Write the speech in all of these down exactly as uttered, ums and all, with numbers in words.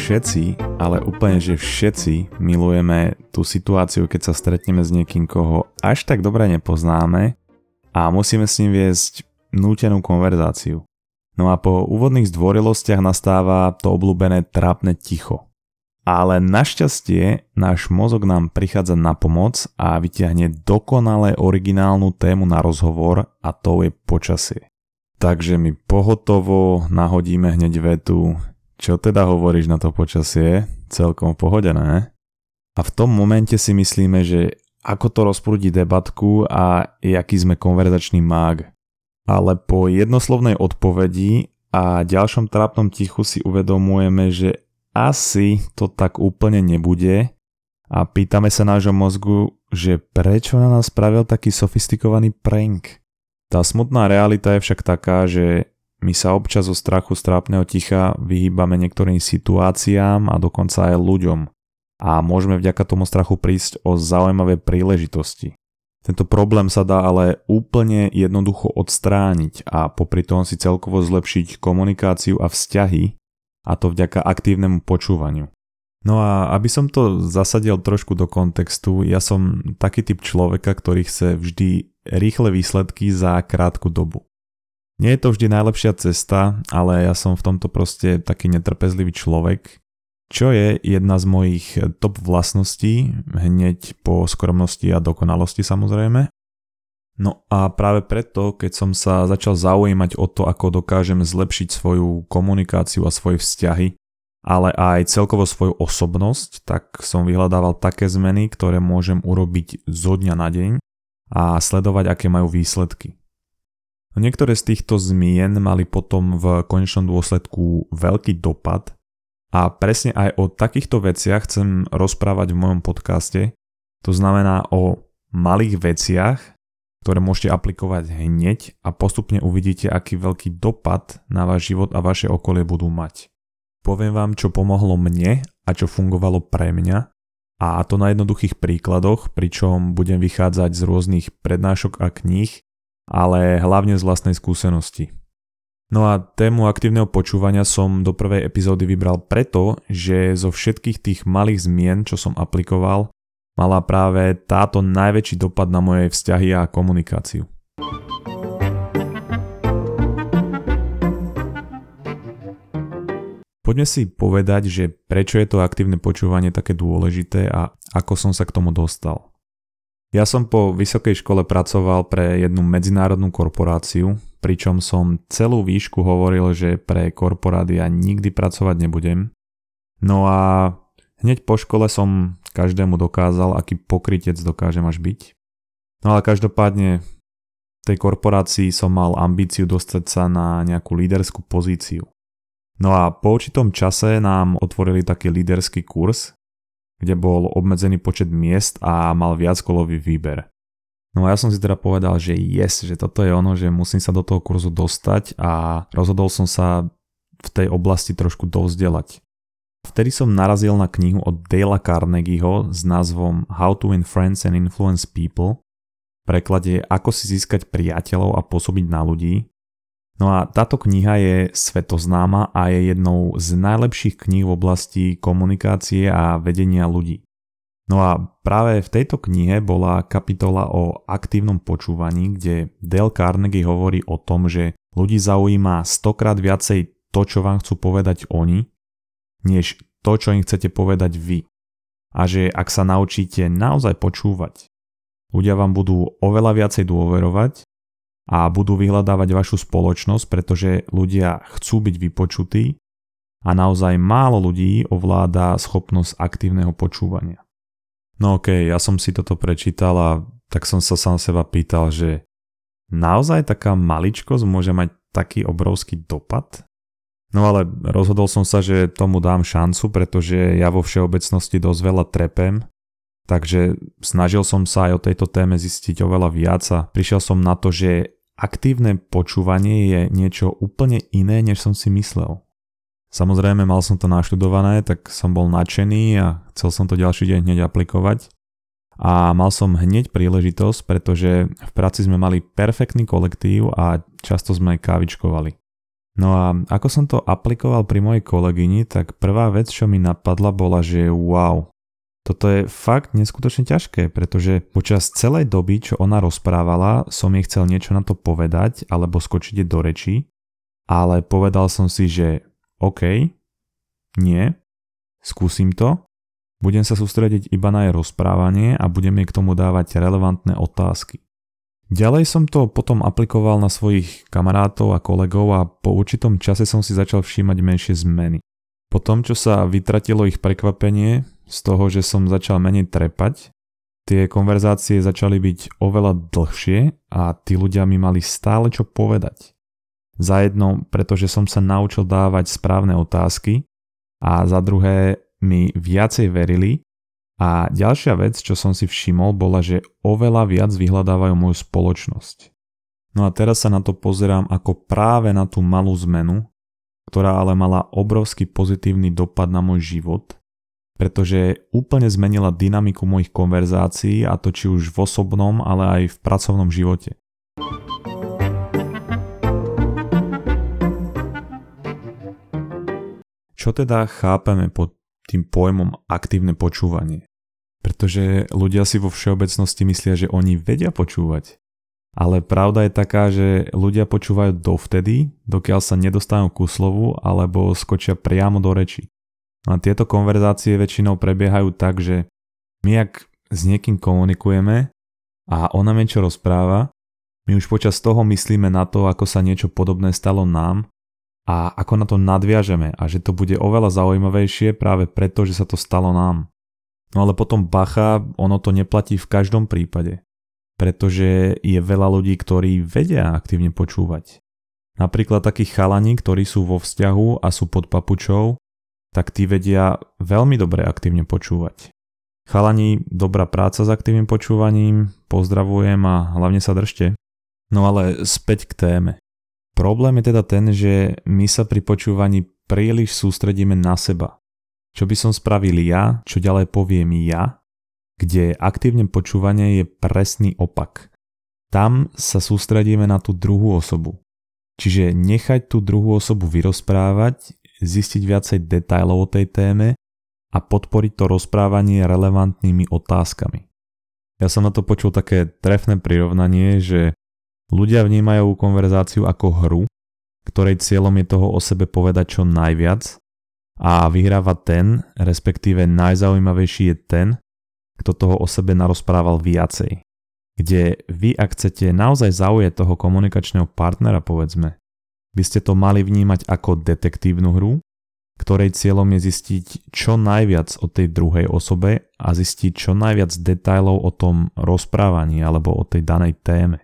všetci, ale úplne že všetci milujeme tú situáciu, keď sa stretneme s niekým, koho až tak dobre nepoznáme a musíme s ním viesť nútenú konverzáciu. No a po úvodných zdvorilostiach nastáva to obľúbené trápne ticho. Ale našťastie náš mozog nám prichádza na pomoc a vyťahne dokonale originálnu tému na rozhovor a to je počasie. Takže my pohotovo nahodíme hneď vetu: čo teda hovoríš na to počasie? Celkom v pohode, ne? A v tom momente si myslíme, že ako to rozprúdi debatku a jaký sme konverzačný mág. Ale po jednoslovnej odpovedi a ďalšom trápnom tichu si uvedomujeme, že asi to tak úplne nebude a pýtame sa nášho mozgu, že prečo na nás spravil taký sofistikovaný prank. Tá smutná realita je však taká, že my sa občas zo strachu z trápneho ticha vyhýbame niektorým situáciám a dokonca aj ľuďom. A môžeme vďaka tomu strachu prísť o zaujímavé príležitosti. Tento problém sa dá ale úplne jednoducho odstrániť a popri tom si celkovo zlepšiť komunikáciu a vzťahy, a to vďaka aktívnemu počúvaniu. No a aby som to zasadil trošku do kontextu, ja som taký typ človeka, ktorý chce vždy rýchle výsledky za krátku dobu. Nie je to vždy najlepšia cesta, ale ja som v tomto proste taký netrpezlivý človek, čo je jedna z mojich top vlastností, hneď po skromnosti a dokonalosti samozrejme. No a práve preto, keď som sa začal zaujímať o to, ako dokážem zlepšiť svoju komunikáciu a svoje vzťahy, ale aj celkovo svoju osobnosť, tak som vyhľadával také zmeny, ktoré môžem urobiť zo dňa na deň a sledovať, aké majú výsledky. Niektoré z týchto zmien mali potom v konečnom dôsledku veľký dopad a presne aj o takýchto veciach chcem rozprávať v mojom podcaste. To znamená o malých veciach, ktoré môžete aplikovať hneď a postupne uvidíte, aký veľký dopad na váš život a vaše okolie budú mať. Poviem vám, čo pomohlo mne a čo fungovalo pre mňa, a to na jednoduchých príkladoch, pričom budem vychádzať z rôznych prednášok a kníh, ale hlavne z vlastnej skúsenosti. No a tému aktívneho počúvania som do prvej epizódy vybral preto, že zo všetkých tých malých zmien, čo som aplikoval, mala práve táto najväčší dopad na moje vzťahy a komunikáciu. Poďme si povedať, že prečo je to aktívne počúvanie také dôležité a ako som sa k tomu dostal. Ja som po vysokej škole pracoval pre jednu medzinárodnú korporáciu, pričom som celú výšku hovoril, že pre korporát ja nikdy pracovať nebudem. No a hneď po škole som každému dokázal, aký pokrytec dokážem až byť. No ale každopádne v tej korporácii som mal ambíciu dostať sa na nejakú líderskú pozíciu. No a po určitom čase nám otvorili taký líderský kurz, kde bol obmedzený počet miest a mal viackolový výber. No a ja som si teda povedal, že yes, že toto je ono, že musím sa do toho kurzu dostať a rozhodol som sa v tej oblasti trošku dovzdelať. Vtedy som narazil na knihu od Dalea Carnegieho s názvom How to Win Friends and Influence People, v preklade Ako si získať priateľov a pôsobiť na ľudí. No a táto kniha je svetoznáma a je jednou z najlepších kníh v oblasti komunikácie a vedenia ľudí. No a práve v tejto knihe bola kapitola o aktívnom počúvaní, kde Dale Carnegie hovorí o tom, že ľudí zaujíma stokrát viacej to, čo vám chcú povedať oni, než to, čo im chcete povedať vy. A že ak sa naučíte naozaj počúvať, ľudia vám budú oveľa viacej dôverovať a budú vyhľadávať vašu spoločnosť, pretože ľudia chcú byť vypočutí a naozaj málo ľudí ovláda schopnosť aktívneho počúvania. No okej, okay, ja som si toto prečítal a tak som sa sám seba pýtal, že naozaj taká maličkosť môže mať taký obrovský dopad? No ale rozhodol som sa, že tomu dám šancu, pretože ja vo všeobecnosti dosť veľa trepem, takže snažil som sa aj o tejto téme zistiť oveľa viac a prišiel som na to, že aktívne počúvanie je niečo úplne iné, než som si myslel. Samozrejme, mal som to naštudované, tak som bol nadšený a chcel som to ďalší deň hneď aplikovať. A mal som hneď príležitosť, pretože v práci sme mali perfektný kolektív a často sme aj kávičkovali. No a ako som to aplikoval pri mojej kolegyni, tak prvá vec, čo mi napadla, bola, že wow, toto je fakt neskutočne ťažké, pretože počas celej doby, čo ona rozprávala, som jej chcel niečo na to povedať alebo skočiť do rečí, ale povedal som si, že OK, nie, skúsim to, budem sa sústrediť iba na jej rozprávanie a budem jej k tomu dávať relevantné otázky. Ďalej som to potom aplikoval na svojich kamarátov a kolegov a po určitom čase som si začal všímať menšie zmeny. Po tom, čo sa vytratilo ich prekvapenie z toho, že som začal menej trepať, tie konverzácie začali byť oveľa dlhšie a tí ľudia mi mali stále čo povedať. Za jedno, pretože som sa naučil dávať správne otázky a za druhé mi viacej verili. A ďalšia vec, čo som si všimol, bola, že oveľa viac vyhľadávajú moju spoločnosť. No a teraz sa na to pozerám ako práve na tú malú zmenu, ktorá ale mala obrovský pozitívny dopad na môj život, pretože úplne zmenila dynamiku mojich konverzácií, a to či už v osobnom, ale aj v pracovnom živote. Čo teda chápeme pod tým pojmom aktívne počúvanie? Pretože ľudia si vo všeobecnosti myslia, že oni vedia počúvať. Ale pravda je taká, že ľudia počúvajú dovtedy, dokiaľ sa nedostanú ku slovu alebo skočia priamo do reči. A tieto konverzácie väčšinou prebiehajú tak, že my ak s niekým komunikujeme a on nám niečo rozpráva, my už počas toho myslíme na to, ako sa niečo podobné stalo nám a ako na to nadviažeme a že to bude oveľa zaujímavejšie práve preto, že sa to stalo nám. No ale potom bacha, ono to neplatí v každom prípade, pretože je veľa ľudí, ktorí vedia aktívne počúvať. Napríklad takí chalani, ktorí sú vo vzťahu a sú pod papučou, tak tí vedia veľmi dobre aktívne počúvať. Chalani, dobrá práca s aktívnym počúvaním, pozdravujem a hlavne sa držte. No ale späť k téme. Problém je teda ten, že my sa pri počúvaní príliš sústredíme na seba. Čo by som spravil ja, čo ďalej poviem ja, kde aktívne počúvanie je presný opak. Tam sa sústredíme na tú druhú osobu. Čiže nechať tú druhú osobu vyrozprávať, zistiť viacej detailov o tej téme a podporiť to rozprávanie relevantnými otázkami. Ja som na to počul také trefné prirovnanie, že ľudia vnímajú konverzáciu ako hru, ktorej cieľom je toho o sebe povedať čo najviac a vyhráva ten, respektíve najzaujímavejší je ten, kto toho o sebe narozprával viacej. Kde vy, ak chcete naozaj zaujať toho komunikačného partnera, povedzme, by ste to mali vnímať ako detektívnu hru, ktorej cieľom je zistiť čo najviac o tej druhej osobe a zistiť čo najviac detailov o tom rozprávaní alebo o tej danej téme.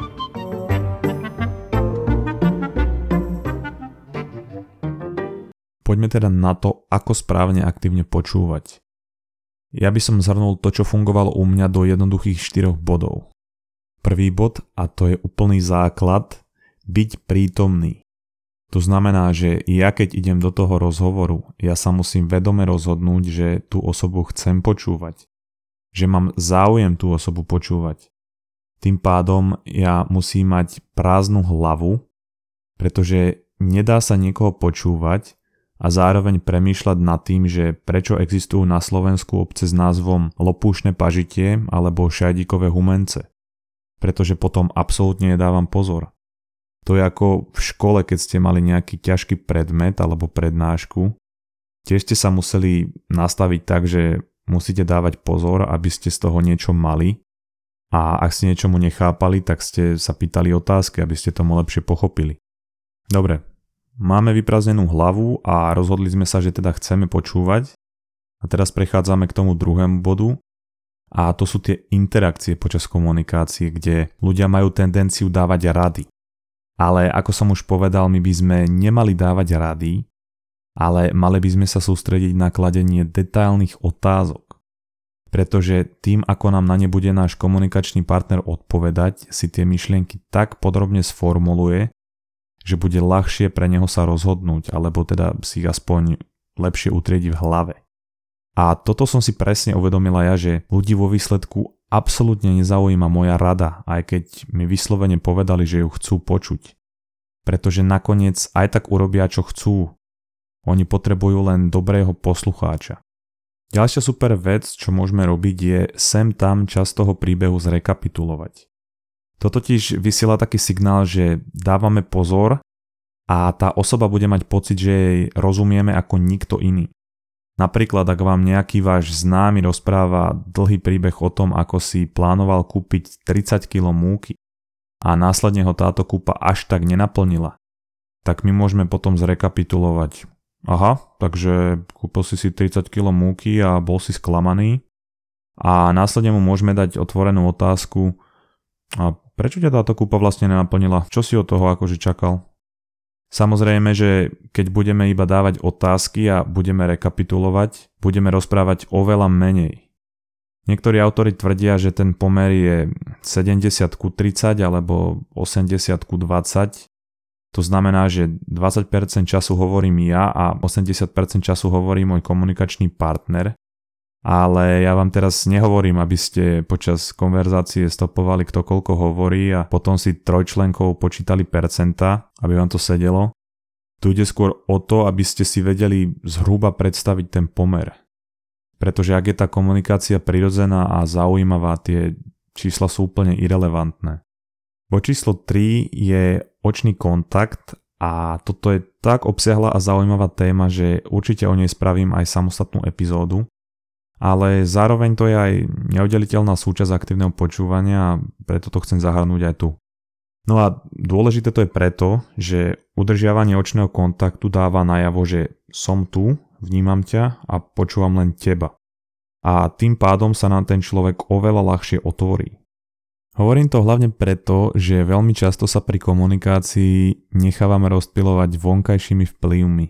Poďme teda na to, ako správne aktívne počúvať. Ja by som zhrnul to, čo fungovalo u mňa do jednoduchých štyroch bodov. Prvý bod, a to je úplný základ, byť prítomný. To znamená, že ja keď idem do toho rozhovoru, ja sa musím vedome rozhodnúť, že tú osobu chcem počúvať. Že mám záujem tú osobu počúvať. Tým pádom ja musím mať prázdnu hlavu, pretože nedá sa niekoho počúvať a zároveň premýšľať nad tým, že prečo existujú na Slovensku obce s názvom Lopúšne pažitie alebo Šajdíkové humence. Pretože potom absolútne nedávam pozor. To je ako v škole, keď ste mali nejaký ťažký predmet alebo prednášku. Tiež ste sa museli nastaviť tak, že musíte dávať pozor, aby ste z toho niečo mali. A ak ste niečomu nechápali, tak ste sa pýtali otázky, aby ste tomu lepšie pochopili. Dobre. Máme vyprázdnenú hlavu a rozhodli sme sa, že teda chceme počúvať. A teraz prechádzame k tomu druhému bodu. A to sú tie interakcie počas komunikácie, kde ľudia majú tendenciu dávať rady. Ale ako som už povedal, my by sme nemali dávať rady, ale mali by sme sa sústrediť na kladenie detailných otázok. Pretože tým, ako nám na ne bude náš komunikačný partner odpovedať, si tie myšlienky tak podrobne sformuluje, že bude ľahšie pre neho sa rozhodnúť, alebo teda si ich aspoň lepšie utriediť v hlave. A toto som si presne uvedomila ja, že ľudí vo výsledku absolútne nezaujíma moja rada, aj keď mi vyslovene povedali, že ju chcú počuť. pretože nakoniec aj tak urobia, čo chcú. Oni potrebujú len dobrého poslucháča. Ďalšia super vec, čo môžeme robiť, je sem tam časť toho príbehu zrekapitulovať. To totiž vysiela taký signál, že dávame pozor a tá osoba bude mať pocit, že jej rozumieme ako nikto iný. Napríklad, ak vám nejaký váš známy rozpráva dlhý príbeh o tom, ako si plánoval kúpiť tridsať kilogramov múky a následne ho táto kúpa až tak nenaplnila, tak my môžeme potom zrekapitulovať. Aha, takže kúpil si si tridsať kilogramov múky a bol si sklamaný a následne mu môžeme dať otvorenú otázku: a prečo ťa táto kúpa vlastne nenaplnila? Čo si od toho akože čakal? Samozrejme, že keď budeme iba dávať otázky a budeme rekapitulovať, budeme rozprávať oveľa menej. Niektorí autori tvrdia, že ten pomer je sedemdesiat ku tridsať alebo osemdesiat ku dvadsať. To znamená, že dvadsať percent času hovorím ja a osemdesiat percent času hovorí môj komunikačný partner. Ale ja vám teraz nehovorím, aby ste počas konverzácie stopovali, kto koľko hovorí a potom si trojčlenkou počítali percentá, aby vám to sedelo. Tu ide skôr o to, aby ste si vedeli zhruba predstaviť ten pomer. Pretože ak je tá komunikácia prirodzená a zaujímavá, tie čísla sú úplne irelevantné. Bod číslo tri je očný kontakt a toto je tak obsiahla a zaujímavá téma, že určite o nej spravím aj samostatnú epizódu. Ale zároveň to je aj neoddeliteľná súčasť aktívneho počúvania a preto to chcem zahrnúť aj tu. No a dôležité to je preto, že udržiavanie očného kontaktu dáva najavo, že som tu, vnímam ťa a počúvam len teba. A tým pádom sa nám ten človek oveľa ľahšie otvorí. Hovorím to hlavne preto, že veľmi často sa pri komunikácii nechávame rozptylovať vonkajšími vplyvmi.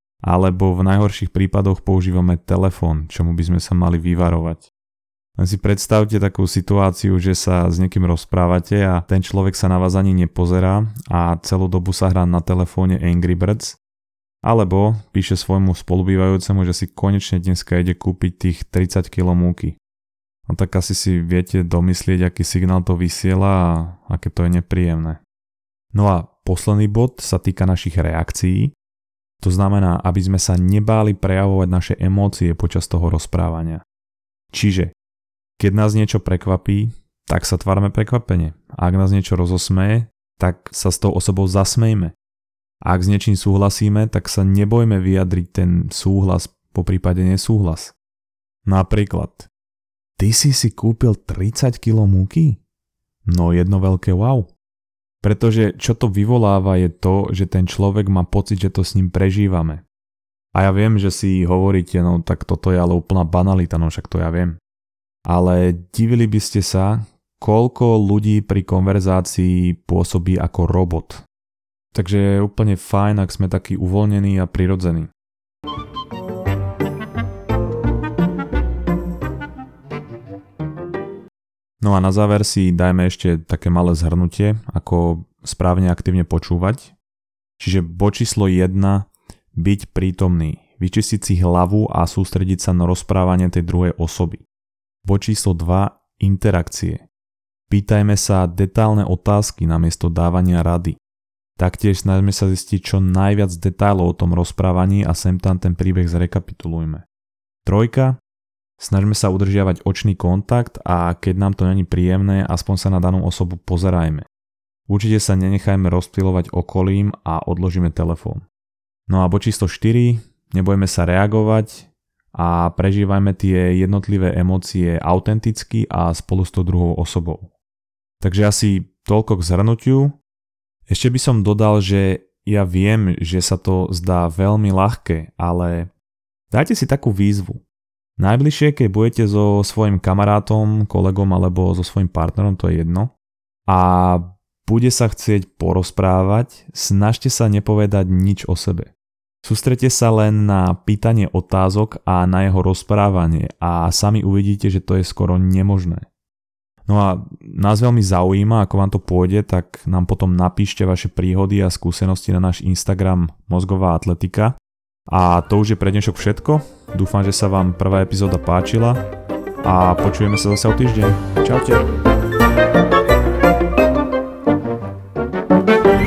Alebo v najhorších prípadoch používame telefón, čomu by sme sa mali vyvarovať. Len si predstavte takú situáciu, že sa s niekým rozprávate a ten človek sa na vás ani nepozerá a celú dobu sa hrá na telefóne Angry Birds, alebo píše svojmu spolubývajúcemu, že si konečne dneska ide kúpiť tých tridsať kilogramov múky. No tak asi si viete domyslieť, aký signál to vysiela a aké to je nepríjemné. No a posledný bod sa týka našich reakcií. To znamená, aby sme sa nebáli prejavovať naše emócie počas toho rozprávania. Čiže, keď nás niečo prekvapí, tak sa tvárme prekvapenie. A ak nás niečo rozosmeje, tak sa s tou osobou zasmejme. A ak s niečím súhlasíme, tak sa nebojme vyjadriť ten súhlas, poprípade nesúhlas. Napríklad, ty si si kúpil tridsať kilogramov múky? No jedno veľké wow. Pretože čo to vyvoláva je to, že ten človek má pocit, že to s ním prežívame. A ja viem, že si hovoríte, no tak toto je ale úplná banalita, no však to ja viem. Ale divili by ste sa, koľko ľudí pri konverzácii pôsobí ako robot. Takže je úplne fajn, ak sme takí uvoľnení a prirodzení. No a na záver si dajme ešte také malé zhrnutie, ako správne aktívne počúvať. Čiže bod číslo jeden, byť prítomný, vyčistiť si hlavu a sústrediť sa na rozprávanie tej druhej osoby. Bod číslo dva, interakcie. Pýtajme sa detailné otázky namiesto dávania rady. Taktiež snažme sa zistiť čo najviac detailov o tom rozprávaní a sem tam ten príbeh zrekapitulujme. Trojka. Snažme sa udržiavať očný kontakt a keď nám to není príjemné, aspoň sa na danú osobu pozerajme. Určite sa nenechajme rozptylovať okolím a odložíme telefón. No a bod číslo štyri, nebojme sa reagovať a prežívajme tie jednotlivé emócie autenticky a spolu s tou druhou osobou. Takže asi toľko k zhrnutiu. Ešte by som dodal, že ja viem, že sa to zdá veľmi ľahké, ale dajte si takú výzvu. Najbližšie, keď budete so svojím kamarátom, kolegom alebo so svojím partnerom, to je jedno, a bude sa chcieť porozprávať, snažte sa nepovedať nič o sebe. Sústrete sa len na pýtanie otázok a na jeho rozprávanie a sami uvidíte, že to je skoro nemožné. No a nás veľmi zaujíma, ako vám to pôjde, tak nám potom napíšte vaše príhody a skúsenosti na náš Instagram Mozgová atletika. A to už je pre dnešok všetko. Dúfam, že sa vám prvá epizóda páčila a počujeme sa zase o týždeň. Čaute.